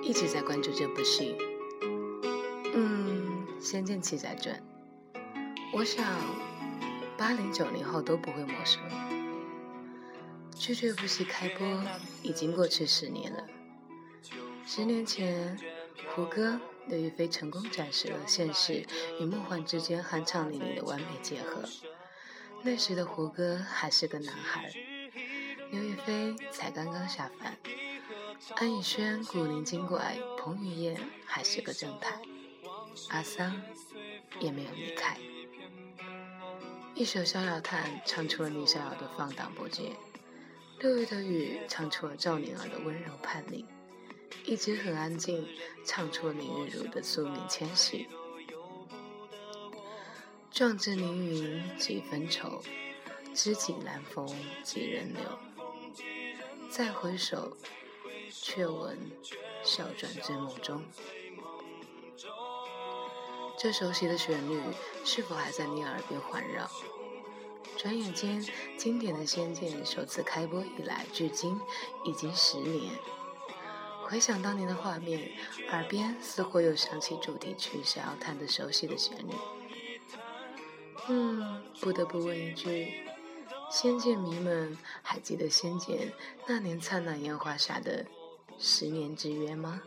一直在关注这部戏。仙剑奇侠传，我想80、90后都不会陌生。距这部戏开播已经过去10年了。10年前，胡歌、刘亦菲成功展示了现实与梦幻之间酣畅淋漓的完美结合。那时的胡歌还是个男孩，刘亦菲才刚刚下凡，安以轩古灵精怪，彭于晏还是个正太，阿桑也没有离开。一首《逍遥叹》唱出了李逍遥的放荡不羁，6月的雨唱出了赵灵儿的温柔叛逆，一直很安静唱出了林月如的宿命迁徙。壮志凌云几分愁，知己难逢几人留。再回首，却闻笑转醉梦中。这熟悉的旋律是否还在你耳边环绕？转眼间，经典的《仙剑》首次开播以来，距今已经10年。回想当年的画面，耳边似乎又响起主题曲《逍遥叹》的熟悉的旋律。不得不问一句，仙剑迷们还记得仙剑那年灿烂烟花下的10年之约吗？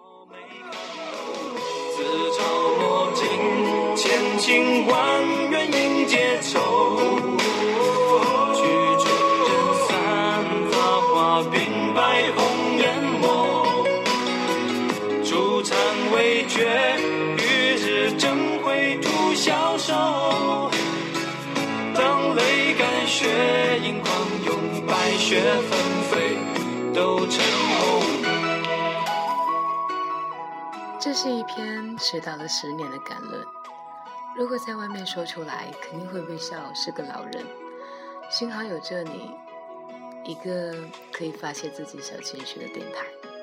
自潮墨尽，千情万缘应结愁。曲终人散，杂花鬓白红颜墨。朱残未绝，与日争辉徒消瘦。当泪干血盈眶涌，白雪纷飞都成红。 这是一篇迟到了10年的感论，如果在外面说出来，肯定会被笑是个老人。幸好有这里，一个可以发泄自己小情绪的电台。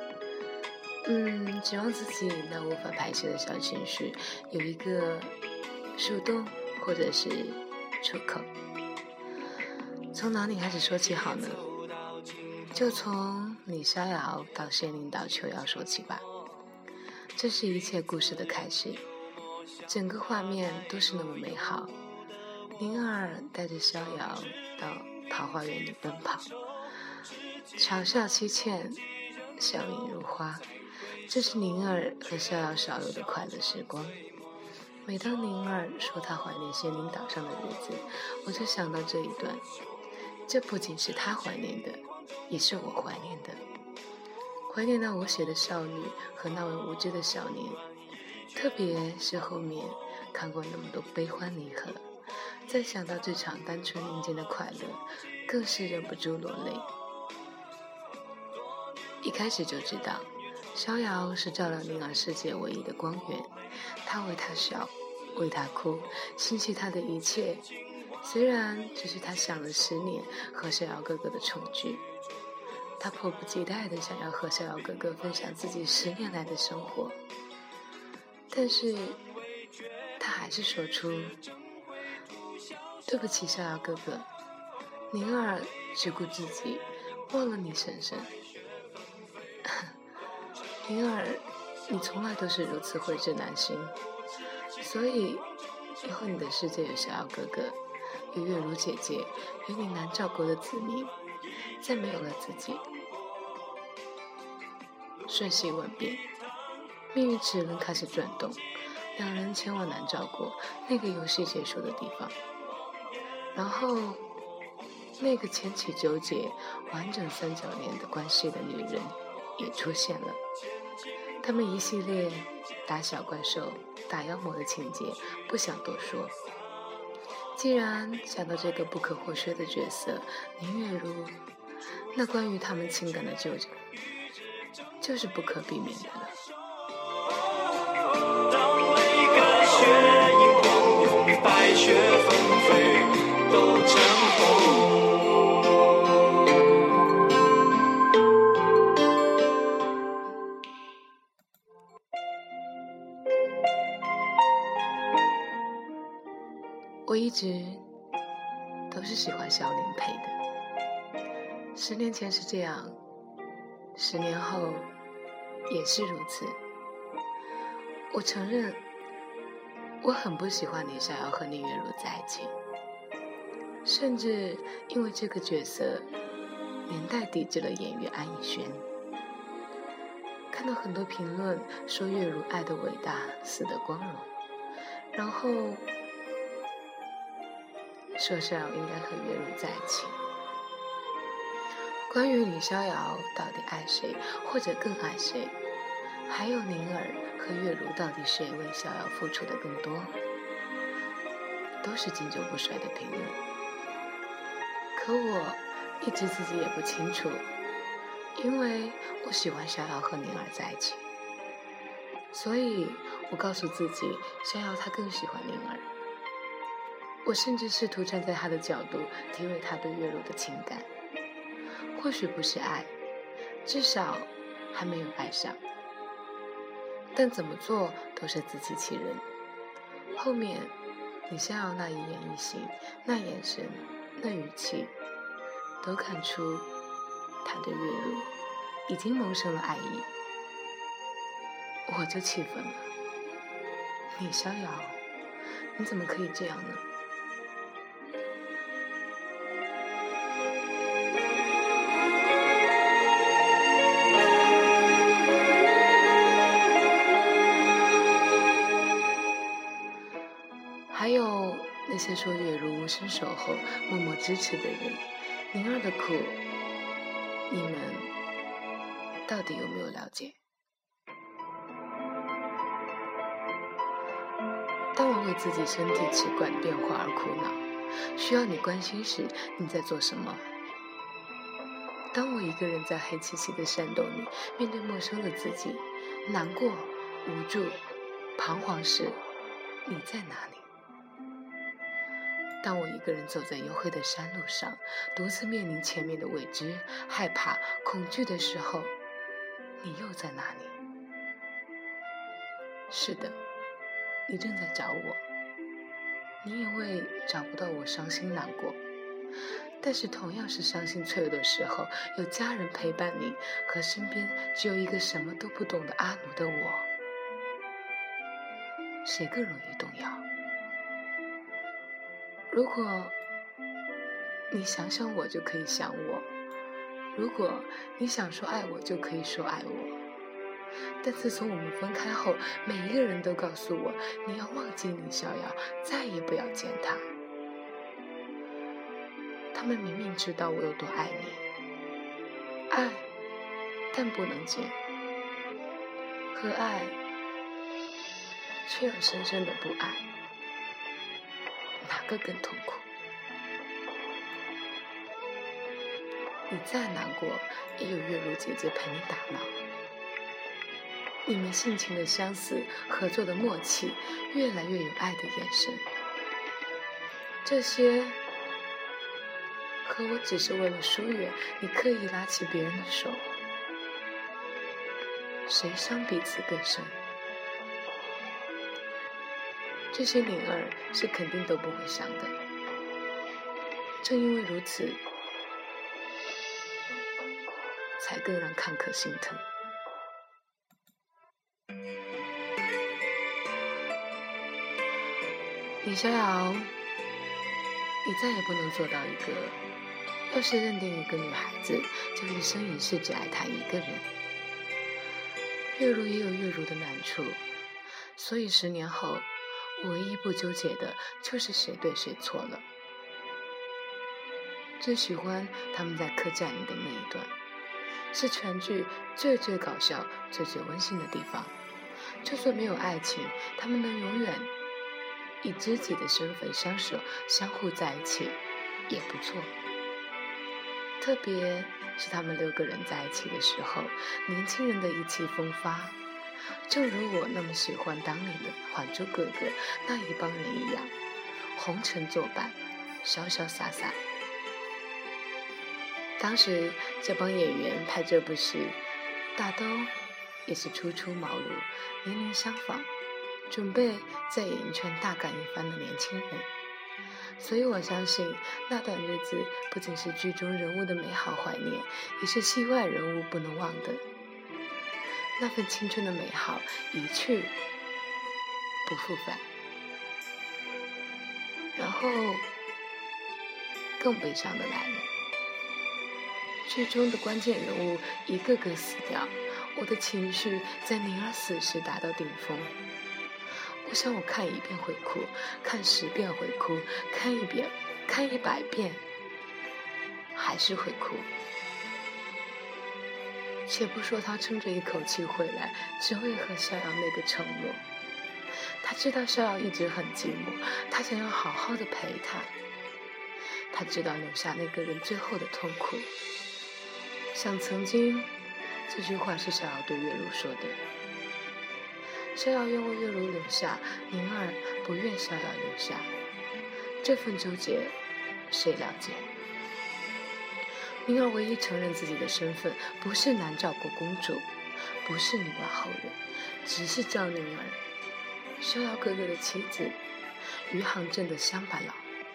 指望自己那无法排泄的小情绪有一个树洞或者是出口。从哪里开始说起好呢？就从李逍遥到仙灵岛求妖说起吧。这是一切故事的开始，整个画面都是那么美好。灵儿带着逍遥到桃花源里奔跑，巧笑妻倩，笑靥如花，这是灵儿和逍遥少有的快乐时光。每当灵儿说她怀念仙灵岛上的日子，我就想到这一段，这不仅是她怀念的，也是我怀念的。怀念那我写的少女和那位无知的少年，特别是后面看过那么多悲欢离合，再想到这场单纯人间的快乐，更是忍不住落泪。一开始就知道逍遥是照亮灵儿世界唯一的光源，他为她笑，为她哭，心系她的一切，虽然只是他想了10年和逍遥哥哥的重聚。他迫不及待地想要和逍遥哥哥分享自己10年来的生活，但是他还是说出对不起逍遥哥哥，灵儿只顾自己，忘了你婶婶。灵儿，你从来都是如此蕙质难行，所以以后你的世界有逍遥哥哥，有月如姐姐，有你南诏国的子民，再没有了自己。瞬息万变，命运齿轮开始转动，2人前往南诏国那个游戏结束的地方，然后那个牵起纠结完整3角恋的关系的女人也出现了。他们一系列打小怪兽打妖魔的情节不想多说，既然想到这个不可或缺的角色林月如，那关于他们情感的纠结就是不可避免的了。 当泪干血盈眶涌，白雪纷飞都成红。 我一直都是喜欢小林配的，10年前是这样，10年后也是如此。我承认，我很不喜欢李逍遥和宁月如在一起，甚至因为这个角色连带抵制了演员安以轩。看到很多评论说月如爱的伟大，死的光荣，然后说逍遥应该和月如在一起。关于李逍遥到底爱谁，或者更爱谁，还有宁儿和月如到底谁为逍遥付出的更多，都是经久不衰的评论。可我一直自己也不清楚，因为我喜欢逍遥和宁儿在一起，所以我告诉自己，逍遥他更喜欢宁儿。我甚至试图站在他的角度体会他对月如的情感，或许不是爱，至少还没有爱上，但怎么做都是自欺欺人。后面李逍遥那一言一行，那眼神，那语气，都看出他对月如已经萌生了爱意。我就气愤了，李逍遥，你怎么可以这样呢？还有那些说月如无声守候、默默支持的人，宁儿的苦，你们到底有没有了解？当我为自己身体器官变化而苦恼，需要你关心时，你在做什么？当我一个人在黑漆漆的山洞里，面对陌生的自己，难过、无助、彷徨时，你在哪里？当我一个人走在黝黑的山路上，独自面临前面的未知、害怕、恐惧的时候，你又在哪里？是的，你正在找我，你因为找不到我伤心难过，但是同样是伤心脆弱的时候，有家人陪伴你，和身边只有一个什么都不懂的阿奴的我，谁更容易动摇？如果你想想我就可以想我，如果你想说爱我就可以说爱我，但自从我们分开后，每一个人都告诉我，你要忘记李逍遥，再也不要见他。他们明明知道我有多爱你，爱但不能见，和爱却有深深的不爱，哪个更痛苦？你再难过，也有月如姐姐陪你打闹。你们性情的相似，合作的默契，越来越有爱的眼神，这些和我只是为了疏远你刻意拉起别人的手，谁伤彼此更深？这些灵儿是肯定都不会想的，正因为如此，才更让看客心疼。李逍遥，你再也不能做到一个，要是认定一个女孩子，就一生一世只爱她一个人。月如也有月如的难处，所以10年后，我唯一不纠结的就是谁对谁错了。最喜欢他们在客栈里的那一段，是全剧最搞笑、最温馨的地方。就算没有爱情，他们能永远以知己的身份相守，相互在一起也不错。特别是他们6个人在一起的时候，年轻人的意气风发，正如我那么喜欢当年的《还珠格格》那一帮人一样，红尘作伴，潇潇洒洒。当时这帮演员拍这部戏，大都也是初出茅庐，年龄相仿，准备在演艺圈大干一番的年轻人。所以我相信那段日子不仅是剧中人物的美好怀念，也是戏外人物不能忘的。 那份青春的美好一去不复返。然后更悲伤的来了，剧中的关键人物一个个死掉，我的情绪在宁儿死时达到顶峰。我想我看1遍会哭，看10遍会哭，看1遍，看100遍还是会哭。且不说他撑着一口气回来，只为和逍遥那个承诺。他知道逍遥一直很寂寞，他想要好好的陪他。他知道留下那个人最后的痛苦。想曾经，这句话是逍遥对月如说的。逍遥愿为月如留下，宁儿不愿逍遥留下。这份纠结，谁了解？宁儿唯一承认自己的身份，不是南诏国公主，不是女娲后人，只是叫宁儿，逍遥哥哥的妻子，余杭镇的乡巴佬。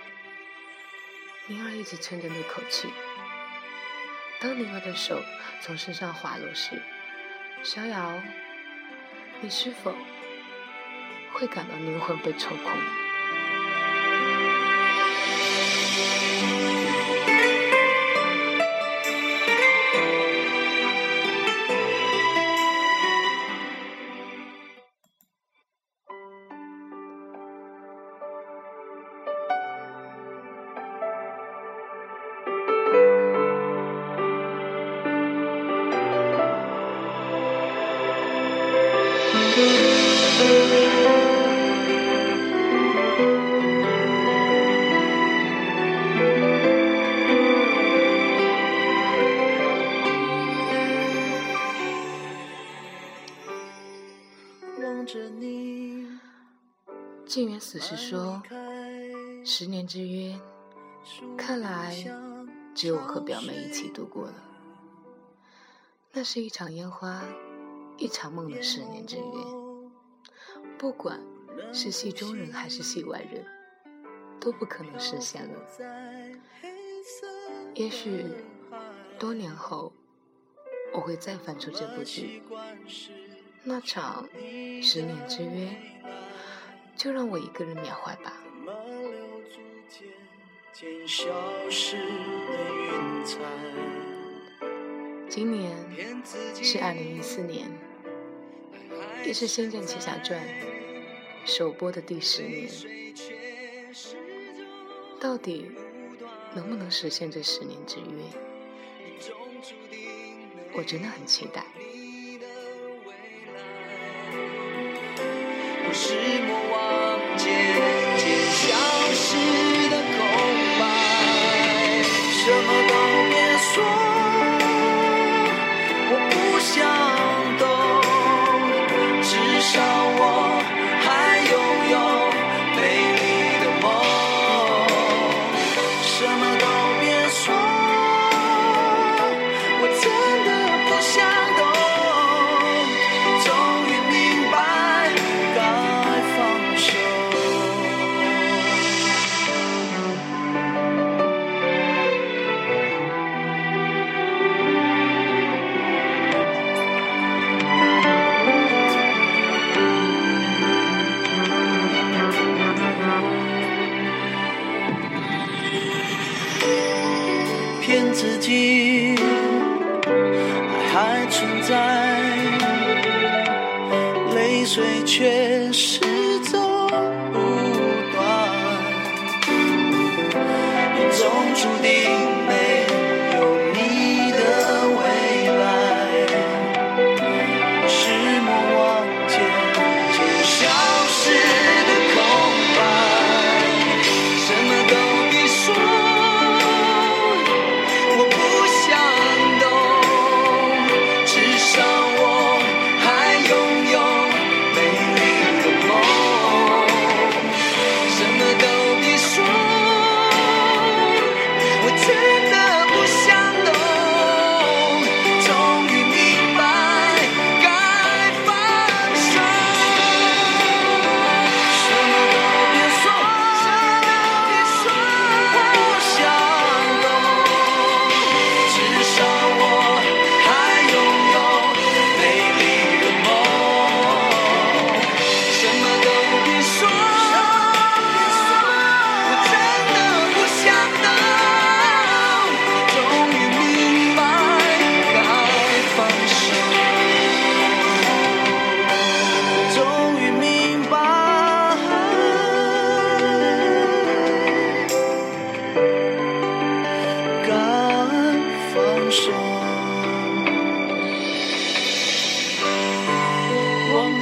宁儿一直撑着那口气。当宁儿的手从身上滑落时，逍遥，你是否会感到灵魂被抽空？晋元死时说，10年之约，看来只有我和表妹一起度过了。那是一场烟花，一场梦的10年之约。不管是戏中人还是戏外人，都不可能实现了。也许多年后，我会再翻出这部剧，那场10年之约，就让我一个人缅怀吧。今年是2014年，也是《仙剑奇侠传》首播的第10年。到底能不能实现这10年之约？我真的很期待。 不是莫忘渐渐消失的空白，什么都别说，我不想懂，至少我还拥有美丽的梦。什么都别说，我真的不想懂，终于明白该放手。骗自己爱还存在，泪水却始终不断，命中注定没有你的未来，是莫忘渐渐消失的空白，什么都别说，我不想懂，至少我还拥有美丽的梦。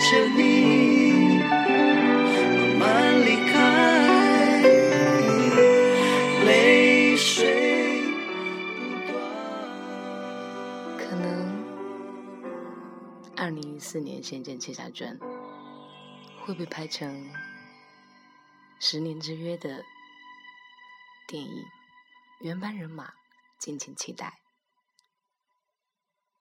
着你慢慢离开，泪水不断。 可能2014年《仙剑奇侠传》会被拍成10年之约的电影，原班人马，敬请期待。